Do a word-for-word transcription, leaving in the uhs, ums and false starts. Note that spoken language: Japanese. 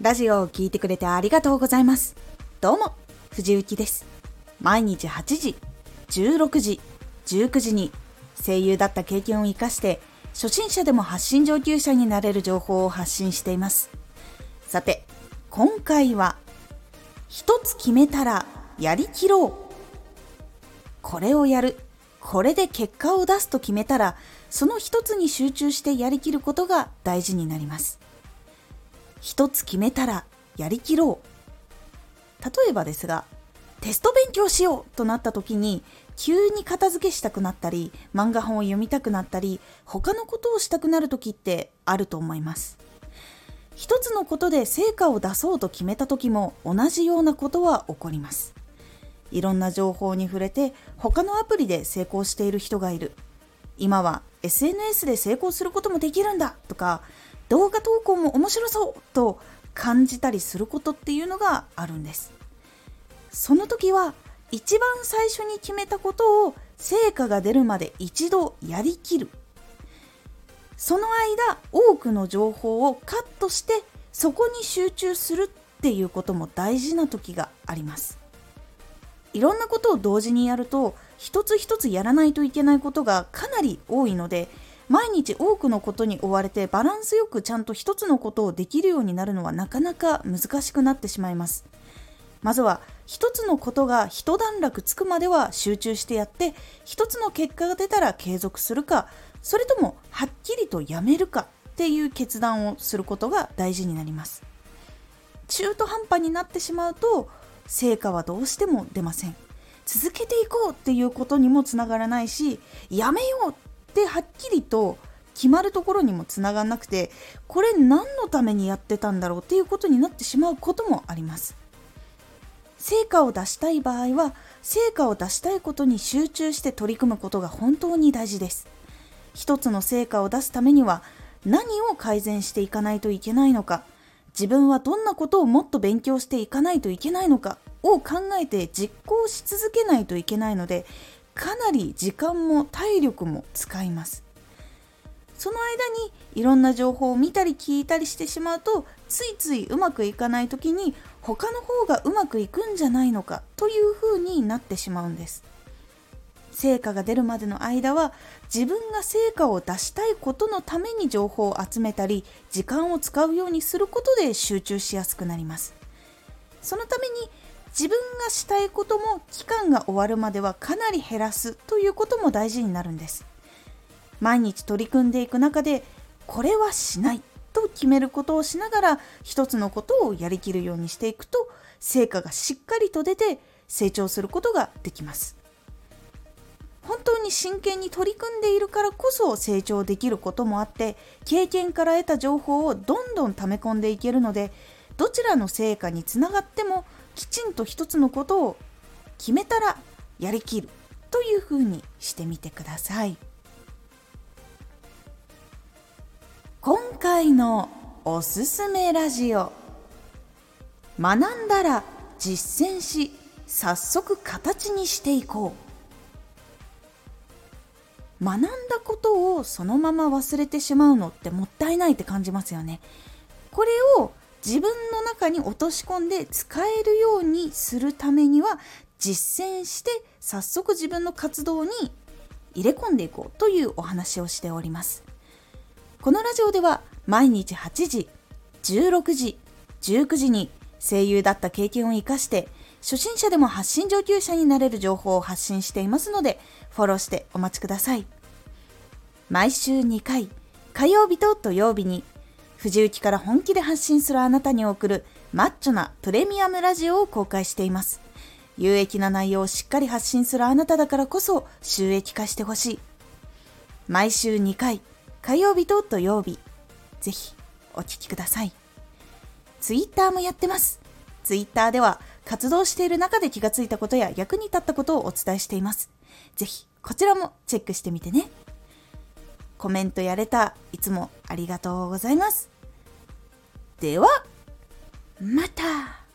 ラジオを聞いてくれてありがとうございます。どうも、藤幸です。毎日はちじ、じゅうろくじ、じゅうくじに声優だった経験を生かして初心者でも発信上級者になれる情報を発信しています。さて、今回は一つ決めたらやりきろう。これをやる。これで結果を出すと決めたら、その一つに集中してやりきることが大事になります。一つ決めたらやりきろう。例えばですが、テスト勉強しようとなった時に、急に片付けしたくなったり、漫画本を読みたくなったり、他のことをしたくなる時ってあると思います。一つのことで成果を出そうと決めた時も同じようなことは起こります。いろんな情報に触れて他のアプリで成功している人がいる。今は エスエヌエス で成功することもできるんだとか、動画投稿も面白そうと感じたりすることっていうのがあるんです。その時は一番最初に決めたことを成果が出るまで一度やりきる。その間多くの情報をカットしてそこに集中するっていうことも大事な時があります。いろんなことを同時にやると一つ一つやらないといけないことがかなり多いので、毎日多くのことに追われてバランスよくちゃんと一つのことをできるようになるのはなかなか難しくなってしまいます。まずは一つのことが一段落つくまでは集中してやって、一つの結果が出たら継続するか、それともはっきりとやめるかっていう決断をすることが大事になります。中途半端になってしまうと成果はどうしても出ません。続けていこうっていうことにもつながらないし、やめようってはっきりと決まるところにもつながらなくて、これ何のためにやってたんだろうっていうことになってしまうこともあります。成果を出したい場合は、成果を出したいことに集中して取り組むことが本当に大事です。一つの成果を出すためには何を改善していかないといけないのか、自分はどんなことをもっと勉強していかないといけないのかを考えて実行し続けないといけないので、かなり時間も体力も使います。その間にいろんな情報を見たり聞いたりしてしまうと、ついついうまくいかない時に他の方がうまくいくんじゃないのかというふうになってしまうんです。成果が出るまでの間は自分が成果を出したいことのために情報を集めたり時間を使うようにすることで集中しやすくなります。そのために自分がしたいことも期間が終わるまではかなり減らすということも大事になるんです。毎日取り組んでいく中でこれはしないと決めることをしながら一つのことをやりきるようにしていくと、成果がしっかりと出て成長することができます。本当に真剣に取り組んでいるからこそ成長できることもあって、経験から得た情報をどんどん溜め込んでいけるので、どちらの成果につながってもきちんと一つのことを決めたらやりきるというふうにしてみてください。今回のおすすめラジオ、学んだら実践し早速形にしていこう。学んだことをそのまま忘れてしまうのってもったいないって感じますよね。これを自分の中に落とし込んで使えるようにするためには、実践して早速自分の活動に入れ込んでいこうというお話をしております。このラジオでは毎日はちじ、じゅうろくじ、じゅうくじに声優だった経験を生かして初心者でも発信上級者になれる情報を発信していますので、フォローしてお待ちください。毎週にかい、火曜日と土曜日に藤雪から本気で発信するあなたに送るマッチョなプレミアムラジオを公開しています。有益な内容をしっかり発信するあなただからこそ収益化してほしい。毎週にかい、火曜日と土曜日、ぜひお聞きください。ツイッターもやってます。ツイッターでは活動している中で気がついたことや役に立ったことをお伝えしています。ぜひこちらもチェックしてみてね。コメントやレターいつもありがとうございます。ではまた。